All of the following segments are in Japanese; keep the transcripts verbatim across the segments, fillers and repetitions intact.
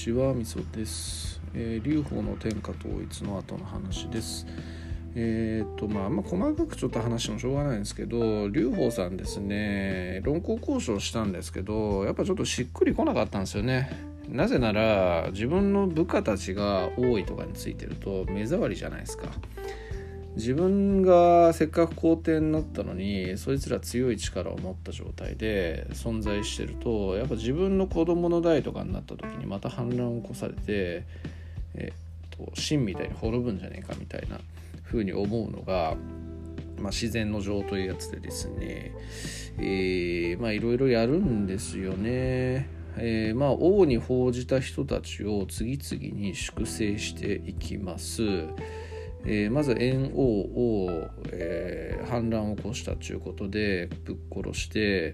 ちは、みそです。えー、劉邦の天下統一の後の話です。えー、っとまああんま細かくちょっと話もしょうがないんですけど、劉邦さんですね、論功交渉したんですけど、やっぱちょっとしっくりこなかったんですよね。なぜなら自分の部下たちが多いとかについてると目障りじゃないですか。自分がせっかく皇帝になったのにそいつら強い力を持った状態で存在してると、やっぱ自分の子供の代とかになった時にまた反乱を起こされて、えっと秦みたいに滅ぶんじゃねえかみたいな風に思うのが、まあ、自然の情というやつでですね、えー、まあいろいろやるんですよね。えー、まあ王に報じた人たちを次々に粛清していきます。えー、まず燕王を、えー、反乱を起こしたということでぶっ殺して、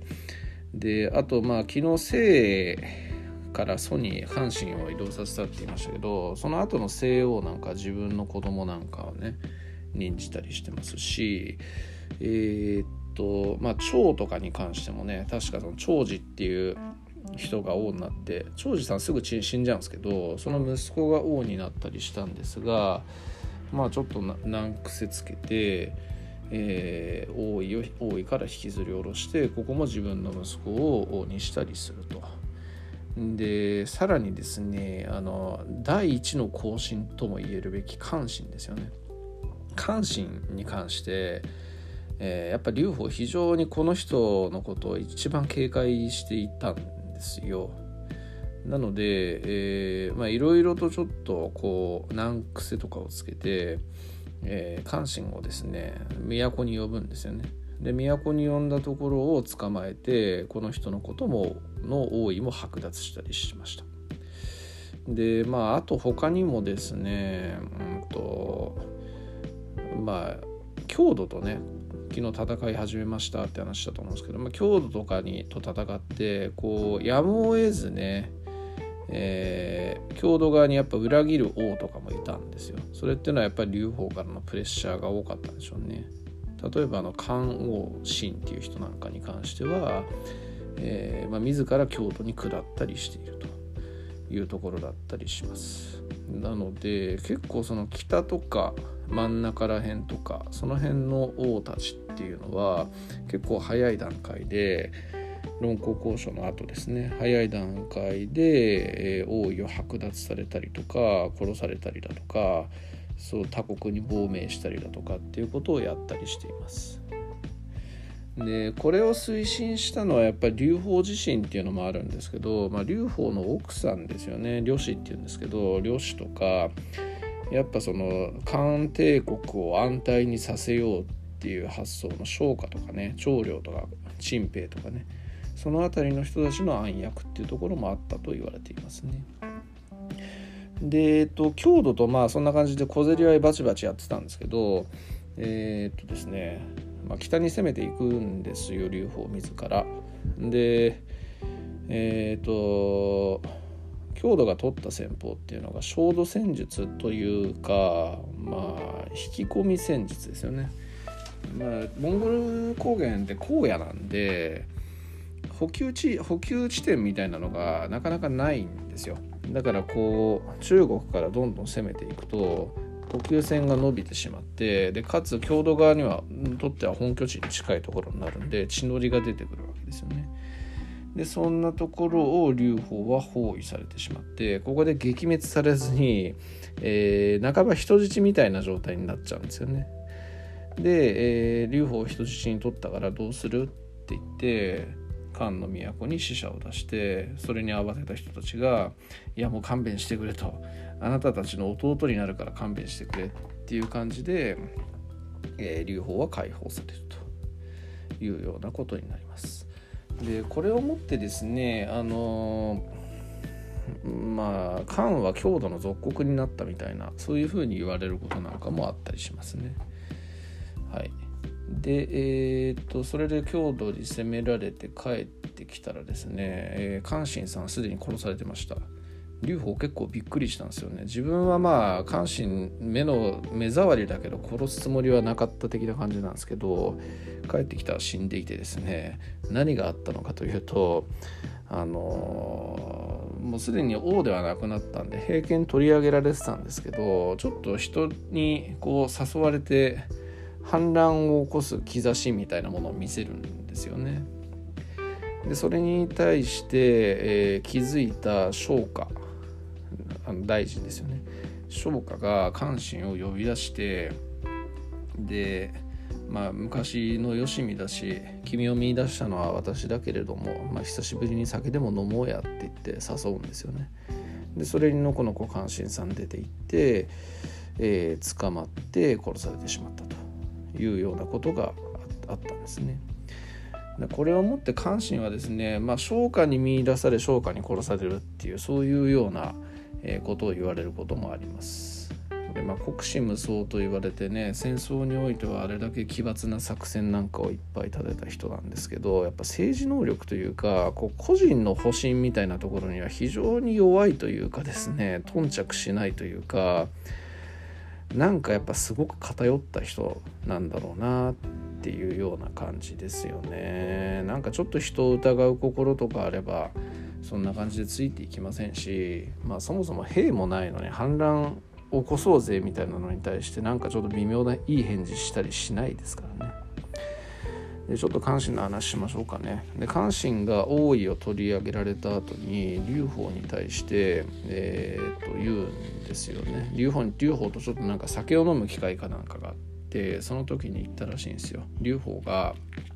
であとまあ昨日西から蘇に阪神を移動させたって言いましたけど、その後の西王なんか自分の子供なんかをね任じたりしてますし、えー、っとまあ趙とかに関してもね、確かその趙治っていう人が王になって、趙治さんすぐ死んじゃうんですけど、その息子が王になったりしたんですが、まあちょっと難癖つけて、えー、王位を王位から引きずり下ろして、ここも自分の息子を王にしたりすると。でさらにですね、あの第一の後進とも言えるべき韓信ですよね。韓信に関して、えー、やっぱ劉邦非常にこの人のことを一番警戒していたんですよ。なので、えー、まあいろいろとちょっとこう難癖とかをつけて、えー、韓信をですね都に呼ぶんですよね。で都に呼んだところを捕まえて、この人のこともの王位も剥奪したりしました。でまああと他にもですね、うんとまあ匈奴とね昨日戦い始めましたって話だと思うんですけど、まあ、匈奴とかにと戦ってこうやむを得ずね、えー、匈奴側にやっぱ裏切る王とかもいたんですよ。それっていうのはやっぱり劉邦からのプレッシャーが多かったんでしょうね。例えばあの漢王信っていう人なんかに関しては、えーまあ、自ら匈奴に下ったりしているというところだったりします。なので結構その北とか真ん中ら辺とかその辺の王たちっていうのは結構早い段階で、論功交渉の後ですね、早い段階で、えー、王位を剥奪されたりとか殺されたりだとか、そう他国に亡命したりだとかっていうことをやったりしています。でこれを推進したのはやっぱり劉邦自身っていうのもあるんですけど、まあ、劉邦の奥さんですよね、呂氏っていうんですけど、呂氏とかやっぱその漢帝国を安泰にさせようっていう発想の商家とかね、長領とか陳平とかね、そのあたりの人たちの暗躍っていうところもあったと言われていますね。で、えっと、匈奴とまあそんな感じで小競り合いバチバチやってたんですけど、えー、っとですね、まあ、北に攻めていくんですよ、劉邦自ら。で、えー、っと匈奴が取った戦法っていうのが焦土戦術というか、まあ引き込み戦術ですよね。まあモンゴル高原って荒野なんで、補給地補給地点みたいなのがなかなかないんですよ。だからこう中国からどんどん攻めていくと補給線が伸びてしまって、でかつ匈奴側にはとっては本拠地に近いところになるんで血のりが出てくるわけですよね。でそんなところを劉邦は包囲されてしまって、ここで撃滅されずに、えー、半ば人質みたいな状態になっちゃうんですよね。で、えー、劉邦を人質に取ったからどうするって言って漢の都に使者を出して、それに慌てた人たちがいやもう勘弁してくれと、あなたたちの弟になるから勘弁してくれっていう感じで、えー、劉邦は解放されるというようなことになります。でこれをもってですね、あのまあ漢は匈奴の属国になったみたいな、そういうふうに言われることなんかもあったりしますね。はい。で、えー、とそれで匈奴に攻められて帰ってきたらですね、えー、韓信さんすでに殺されてました。劉邦結構びっくりしたんですよね。自分はまあ韓信目の目障りだけど殺すつもりはなかった的な感じなんですけど、帰ってきたら死んでいてですね、何があったのかというと、あのもうすでに王ではなくなったんで平家に取り上げられてたんですけど、ちょっと人にこう誘われて反乱を起こす兆しみたいなものを見せるんですよね。でそれに対して、えー、気づいた商家、あの大臣ですよね、商家が関心を呼び出して、でまあ昔のよしみだし君を見出したのは私だけれども、まあ、久しぶりに酒でも飲もうやって言って誘うんですよね。でそれにのこのこ関心さん出て行って、えー、捕まって殺されてしまったというようなことがあったんですね。これをもって関心はですね、まあ、商家に見出され商家に殺されるっていうそういうようなことを言われることもあります。で、まあ、国士無双と言われてね、戦争においてはあれだけ奇抜な作戦なんかをいっぱい立てた人なんですけど、やっぱ政治能力というかこう個人の保身みたいなところには非常に弱いというかですね、頓着しないというか、なんかやっぱすごく偏った人なんだろうなっていうような感じですよね。なんかちょっと人を疑う心とかあればそんな感じでついていきませんし、まあそもそも兵もないのに反乱を起こそうぜみたいなのに対してなんかちょっと微妙ないい返事したりしないですからね。でちょっと関心の話しましょうかね。で関心が王位を取り上げられた後に劉邦に対して、えー、と言うんですよね。劉邦に劉邦とちょっとなんか酒を飲む機会かなんかがあって、その時に言ったらしいんですよ。劉邦が、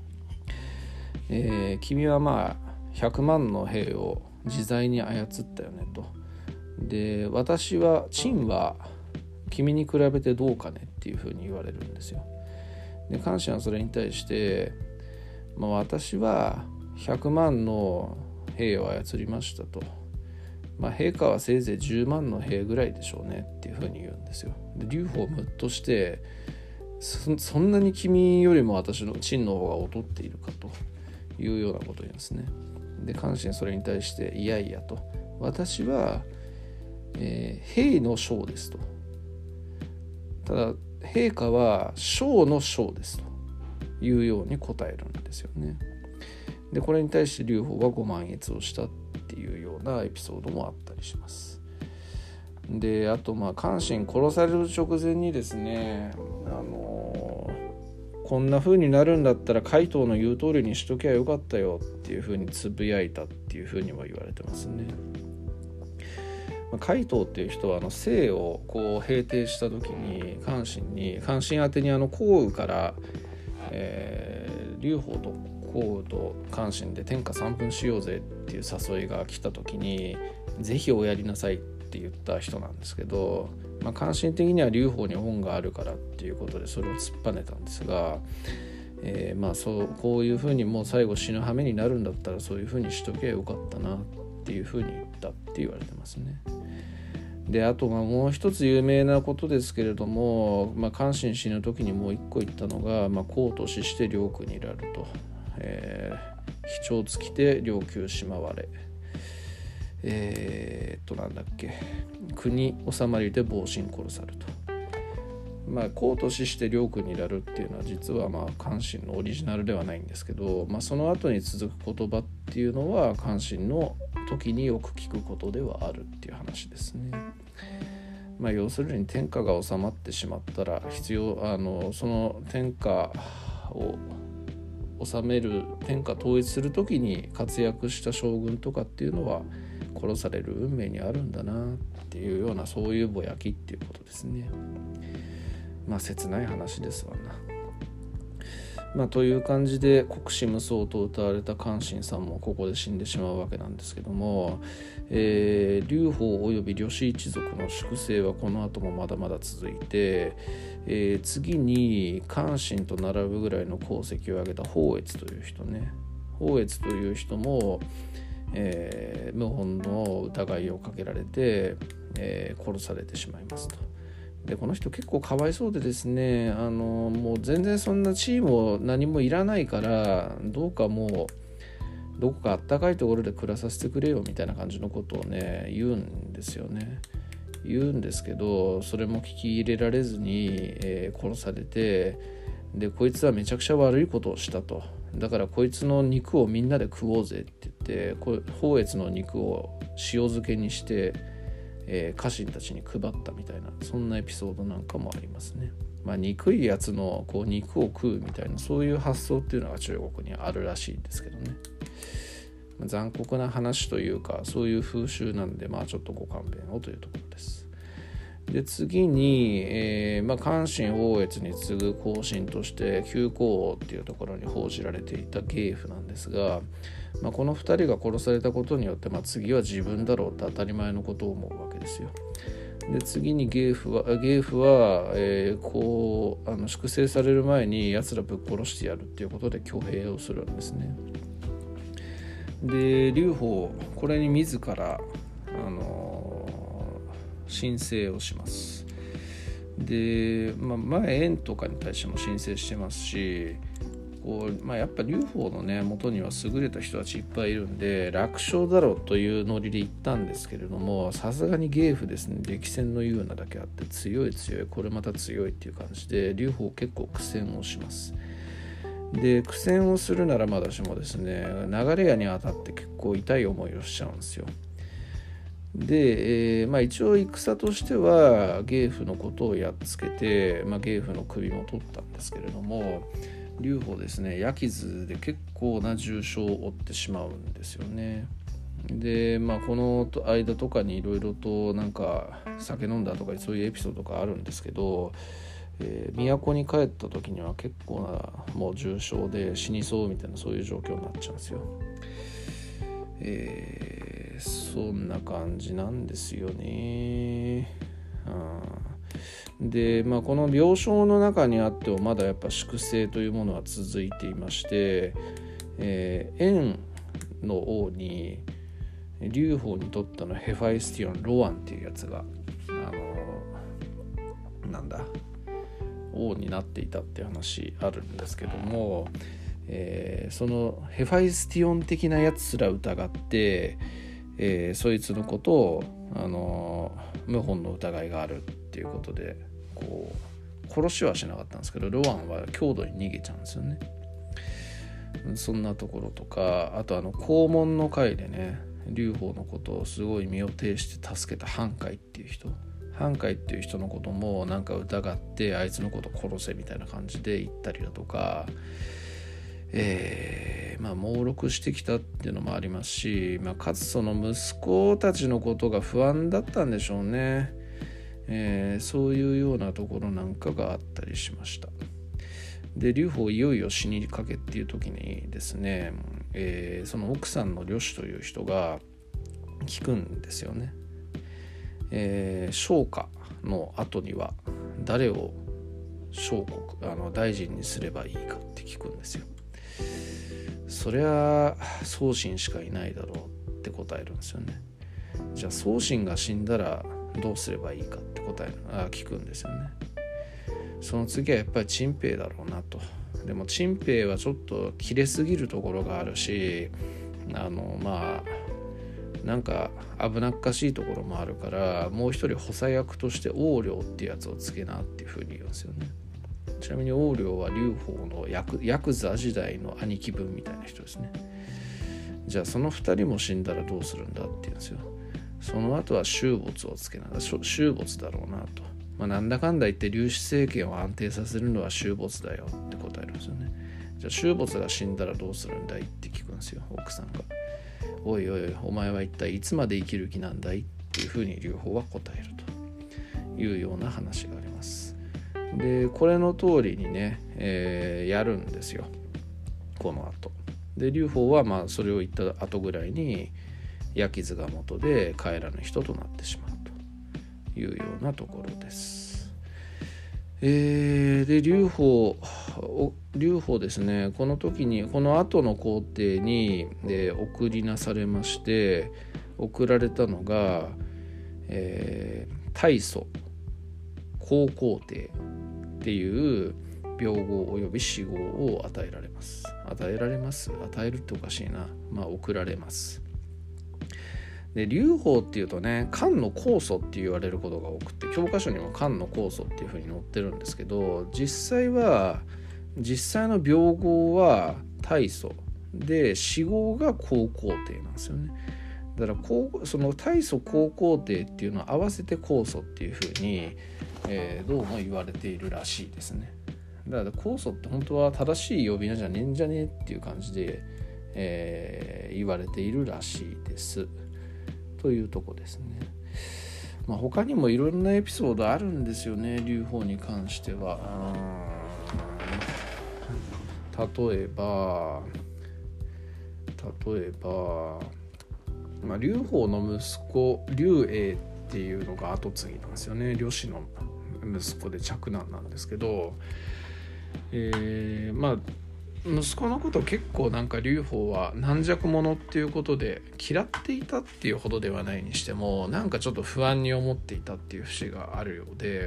えー、君はまあひゃくまんの兵を自在に操ったよねと。で私は陳は君に比べてどうかねっていうふうに言われるんですよ。で関心はそれに対して、まあ、私はひゃくまんの兵を操りましたと、まあ、陛下はせいぜいじゅうまんの兵ぐらいでしょうねっていうふうに言うんですよ。で劉邦ムッとして そ, そんなに君よりも私の陳の方が劣っているかというようなことを言うんですね。で関心それに対していやいやと、私は、えー、兵の将ですと、ただ陛下は将の将ですというように答えるんですよね。でこれに対して劉邦はご満悦をしたっていうようなエピソードもあったりします。であとまあ関心殺される直前にですね、あのー、こんな風になるんだったら海東の言う通りにしときゃよかったよっていう風につぶやいたっていう風には言われてますね。海東っていう人はあの姓をこう平定した時に関心に関心宛てにあの項羽から、えー、劉邦と項羽と関心で天下三分しようぜっていう誘いが来た時にぜひおやりなさいって言った人なんですけど、まあ、関心的には劉邦に恩があるからっていうことでそれを突っぱねたんですが、えー、まあそうこういうふうにもう最後死ぬ羽目になるんだったらそういうふうにしときゃよかったなっていうふうに言ったって言われてますね。であとまあもう一つ有名なことですけれども、まあ、関心死ぬ時にもう一個言ったのが、まあ、公と死して領区にいらると、えー、飛鳥尽きて領宮しまわれ、えー、っとなんだっけ国収まりで暴臣殺さると。まあ公と死して領区にいらるっていうのは実はまあ関心のオリジナルではないんですけど、まあ、その後に続く言葉っていうのは関心の時によく聞くことではあるっていう話ですね。まあ、要するに天下が収まってしまったら必要あのその天下を治める天下統一する時に活躍した将軍とかっていうのは殺される運命にあるんだなっていうようなそういうぼやきっていうことですね。まあ切ない話ですわな。まあという感じで国士無双と歌われた関心さんもここで死んでしまうわけなんですけども、えー、劉邦および呂氏一族の粛清はこの後もまだまだ続いて、えー、次に関心と並ぶぐらいの功績を上げた宝越という人ね宝越という人も、えー、謀反の疑いをかけられて、えー、殺されてしまいますと。でこの人結構かわいそうでですね、あのもう全然そんなチームを何もいらないからどうかもうどこかあったかいところで暮らさせてくれよみたいな感じのことをね言うんですよね。言うんですけどそれも聞き入れられずに、えー、殺されて、でこいつはめちゃくちゃ悪いことをしたと。 だからこいつの肉をみんなで食おうぜって言ってこ宝越の肉を塩漬けにして、えー、家臣たちに配ったみたいな、そんなエピソードなんかもありますね。まあ憎いやつのこう肉を食うみたいな、そういう発想っていうのが中国にあるらしいんですけどね。残酷な話というかそういう風習なんで、まあちょっとご勘弁をというところです。で次に、えーまあ、漢神宝越に次ぐ後進として久光王っていうところに報じられていた芸夫なんですが、まあ、このふたりが殺されたことによって、まあ、次は自分だろうって当たり前のことを思うわけですよ。で次に芸夫は芸夫は、えー、こうあの粛清される前に奴らぶっ殺してやるっていうことで挙兵をするんですね。で劉邦これに自らあの申請をします。で、まあ、前円とかに対しても申請してますし、こう、まあ、やっぱ劉邦のね元には優れた人たちいっぱいいるんで楽勝だろうというノリで言ったんですけれども、さすがに芸夫ですね、歴戦の言うなだけあって強い強いこれまた強いっていう感じで劉邦結構苦戦をします。で苦戦をするならまだしもですね、流れ屋に当たって結構痛い思いをしちゃうんですよ。で、えーまあ、一応戦としては芸夫のことをやっつけて、まあ、芸夫の首も取ったんですけれども、劉邦ですね矢傷で結構な重傷を負ってしまうんですよね。で、まあ、この間とかにいろいろとなんか酒飲んだとかそういうエピソードがあるんですけど、えー、都に帰った時には結構なもう重傷で死にそうみたいなそういう状況になっちゃうんですよ。えー、そんな感じなんですよね。うん、で、まあ、この病床の中にあってもまだやっぱ粛清というものは続いていまして、えー、円の王に劉邦にとったのヘファイスティオン・ロアンっていうやつがあのなんだ王になっていたっていう話あるんですけども、えー、そのヘファイスティオン的なやつすら疑って、えー、そいつのことを、あのー、謀反の疑いがあるっていうことでこう殺しはしなかったんですけど、ロアンは郷土に逃げちゃうんですよね。そんなところとか、あとあの黄門の会でね劉邦のことをすごい身を挺して助けた韓海っていう人韓海っていう人のこともなんか疑ってあいつのこと殺せみたいな感じで言ったりだとか、えー、まあ猛録してきたっていうのもありますし、まあ、かつその息子たちのことが不安だったんでしょうね。えー、そういうようなところなんかがあったりしました。で劉邦いよいよ死にかけっていう時にですね、えー、その奥さんの呂氏という人が聞くんですよね。えー、商家の後には誰を相国あの大臣にすればいいかって聞くんですよ。そりゃ宗信しかいないだろうって答えるんですよね。じゃあ宗信が死んだらどうすればいいかって答えるあ聞くんですよね。その次はやっぱり陳平だろうなと。でも陳平はちょっと切れすぎるところがあるし、あのまあなんか危なっかしいところもあるから、もう一人補佐役として王陵っていうやつをつけなっていうふうに言うんですよね。ちなみに王陵は劉邦のヤク、ヤクザ時代の兄貴分みたいな人ですね。じゃあその二人も死んだらどうするんだって言うんですよ。その後は終没をつけな終没だろうなと。まあ、なんだかんだ言って劉氏政権を安定させるのは終没だよって答えるんですよね。じゃあ終没が死んだらどうするんだいって聞くんですよ、奥さんが。おいおいお前は一体いつまで生きる気なんだいっていうふうに劉邦は答えるというような話があります。でこれの通りにね、えー、やるんですよこの後で。劉邦はまあそれを言った後ぐらいに矢傷が元で帰らぬ人となってしまうというようなところです。えー、で劉邦劉邦ですね、この時にこの後の皇帝に、えー、送りなされまして、送られたのが、えー、大祖高皇帝っていう廟号および諡号を与えられます。与えられます与えるっておかしいな。まあ送られます。で劉邦っていうとね、漢の高祖って言われることが多くて、教科書にも漢の高祖っていうふうに載ってるんですけど、実際は実際の廟号は大祖で四号が高皇帝なんですよね。だからその大祖高皇帝っていうのを合わせて高祖っていうふうに、えー、どうも言われているらしいですね。だから高祖って本当は正しい呼び名じゃねえんじゃねえっていう感じで、えー、言われているらしいですというとこですね。まあ、他にもいろんなエピソードあるんですよね、劉邦に関しては。例えば例えば、まあ、劉邦の息子劉永っていうのが跡継ぎなんですよね。呂氏の息子で嫡男なんですけど、えー、まあ息子のこと結構なんか劉邦は軟弱者っていうことで嫌っていたっていうほどではないにしても、なんかちょっと不安に思っていたっていう節があるようで、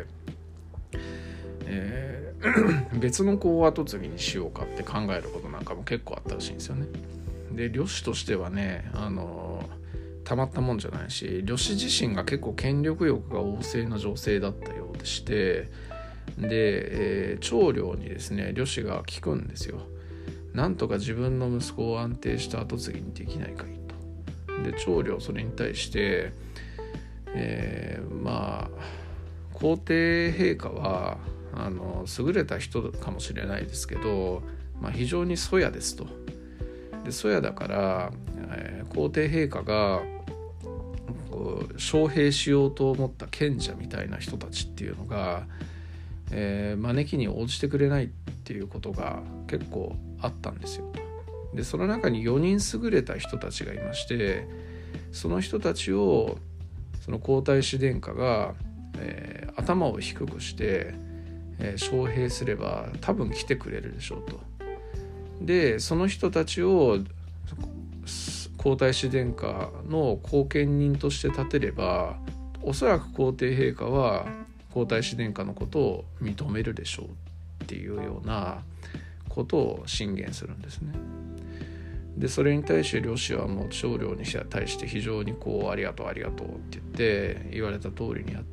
えー、別の子を後継ぎにしようかって考えることなんかも結構あったらしいんですよね。で呂氏としてはね、あのたまったもんじゃないし、呂氏自身が結構権力欲が旺盛な女性だったようでして、で、えー、長領にですね呂氏が聞くんですよ。なんとか自分の息子を安定した後継ぎにできないかいと。で長領それに対して、えー、まあ皇帝陛下はあの優れた人かもしれないですけど、まあ、非常に粗野ですと。で粗野だから、えー、皇帝陛下がこう招聘しようと思った賢者みたいな人たちっていうのが、えー、招きに応じてくれないっていうことが結構あったんですよ。でその中によにん優れた人たちがいまして、その人たちをその皇太子殿下が、えー、頭を低くして、えー、招聘すれば多分来てくれるでしょうと。でその人たちを皇太子殿下の後見人として立てれば、おそらく皇帝陛下は皇太子殿下のことを認めるでしょうっていうようなことを進言するんですね。でそれに対して呂氏はもう長領に対して非常にこうありがとうありがとうって言って言われた通りにやって、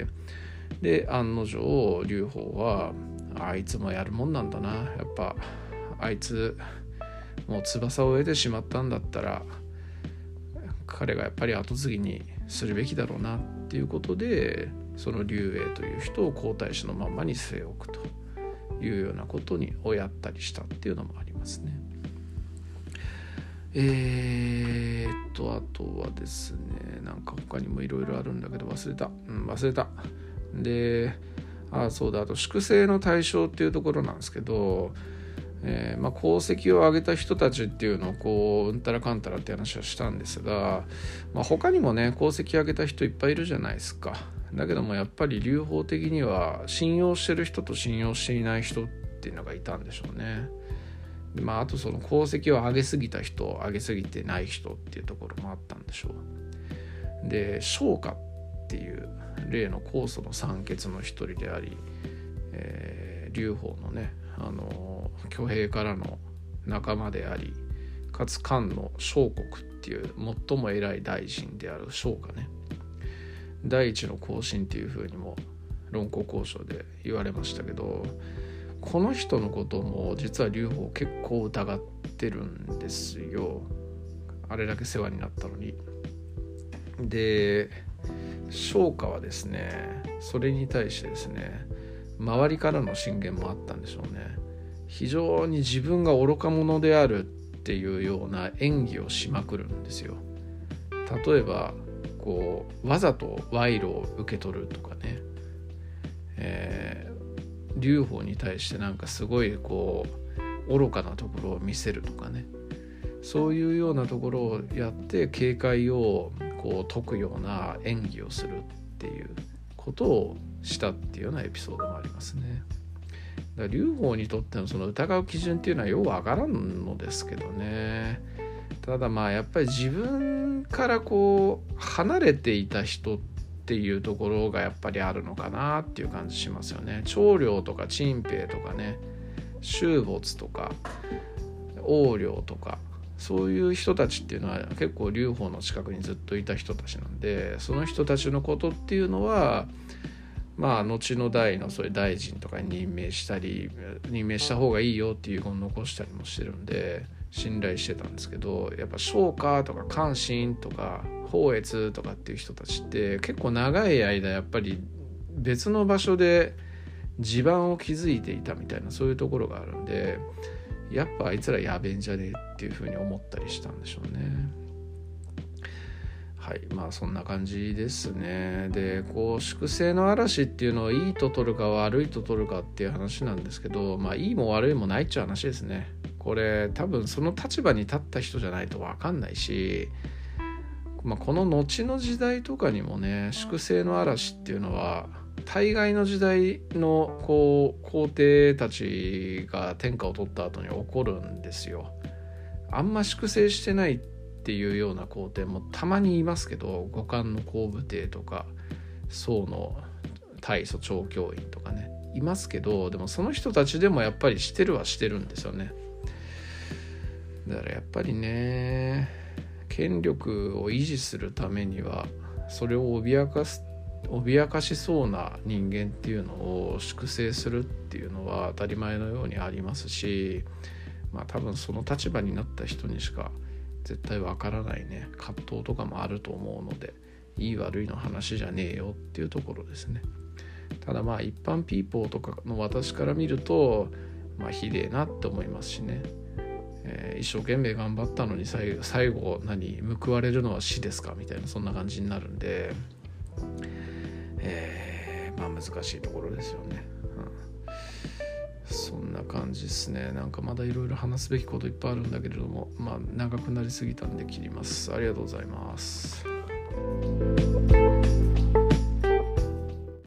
で案の定劉邦はあいつもやるもんなんだな、やっぱあいつもう翼を得てしまったんだったら彼がやっぱり後継ぎにするべきだろうなっていうことで、その劉永という人を皇太子のままに据え置くというようなことにをやったりしたっていうのもありますね。えーっとあとはですね、なんか他にもいろいろあるんだけど忘れた、うん、忘れた。で、あそうだ、あと粛清の対象っていうところなんですけど、えーまあ、功績を上げた人たちっていうのをこううんたらかんたらって話はしたんですが、まあ、他にもね功績上げた人いっぱいいるじゃないですか。だけどもやっぱり劉邦的には信用してる人と信用していない人っていうのがいたんでしょうね。で、まあ、あとその功績を上げすぎた人上げすぎてない人っていうところもあったんでしょう。で商家っていう例の高祖の三傑の一人であり、えー、劉邦のねあの挙兵からの仲間であり、かつ漢の相国っていう最も偉い大臣である商家ね、第一の後進っていう風にも論功行賞で言われましたけど、この人のことも実は劉邦結構疑ってるんですよ。あれだけ世話になったのに。で商家はですねそれに対してですね周りからの進言もあったんでしょうね。非常に自分が愚か者であるっていうような演技をしまくるんですよ。例えばこうわざと賄賂を受け取るとかね、えー、劉邦に対してなんかすごいこう愚かなところを見せるとかね、そういうようなところをやって警戒をこう解くような演技をするっていうことをしたっていうようなエピソードもありますね。だから劉邦にとってのその疑う基準っていうのはようわからんのですけどね。ただまあやっぱり自分からこう離れていた人っていうところがやっぱりあるのかなっていう感じしますよね。長領とか陳平とかね、周没とか王陵とかそういう人たちっていうのは結構劉邦の近くにずっといた人たちなんで、その人たちのことっていうのはまあ後の代のそういう大臣とかに任命したり任命した方がいいよっていう本を残したりもしてるんで信頼してたんですけど、やっぱ昇華とか関心とか法越とかっていう人たちって結構長い間やっぱり別の場所で地盤を築いていたみたいなそういうところがあるんで、やっぱあいつらやべえんじゃねえっていうふうに思ったりしたんでしょうね。はい、まあそんな感じですね。でこう粛清の嵐っていうのをいいと取るか悪いと取るかっていう話なんですけど、まあいいも悪いもないっちゅう話ですね。これ多分その立場に立った人じゃないと分かんないし、まあ、この後の時代とかにもね粛清の嵐っていうのは大概の時代のこう皇帝たちが天下を取った後に起こるんですよ。あんま粛清してないっていうような皇帝もたまにいますけど、五冠の皇武帝とか宋の大祖長教員とかねいますけど、でもその人たちでもやっぱりしてるはしてるんですよね。だからやっぱりね権力を維持するためにはそれを脅かす脅かしそうな人間っていうのを粛清するっていうのは当たり前のようにありますし、まあ多分その立場になった人にしか絶対わからないね葛藤とかもあると思うので、いい悪いの話じゃねえよっていうところですね。ただまあ一般ピーポーとかの私から見るとまあひでえなって思いますしね、えー、一生懸命頑張ったのに最後、最後何報われるのは死ですかみたいなそんな感じになるんで、えー、まあ難しいところですよね、うん、そんな感じですね。なんかまだいろいろ話すべきこといっぱいあるんだけれども、まあ長くなりすぎたんで切ります。ありがとうございます。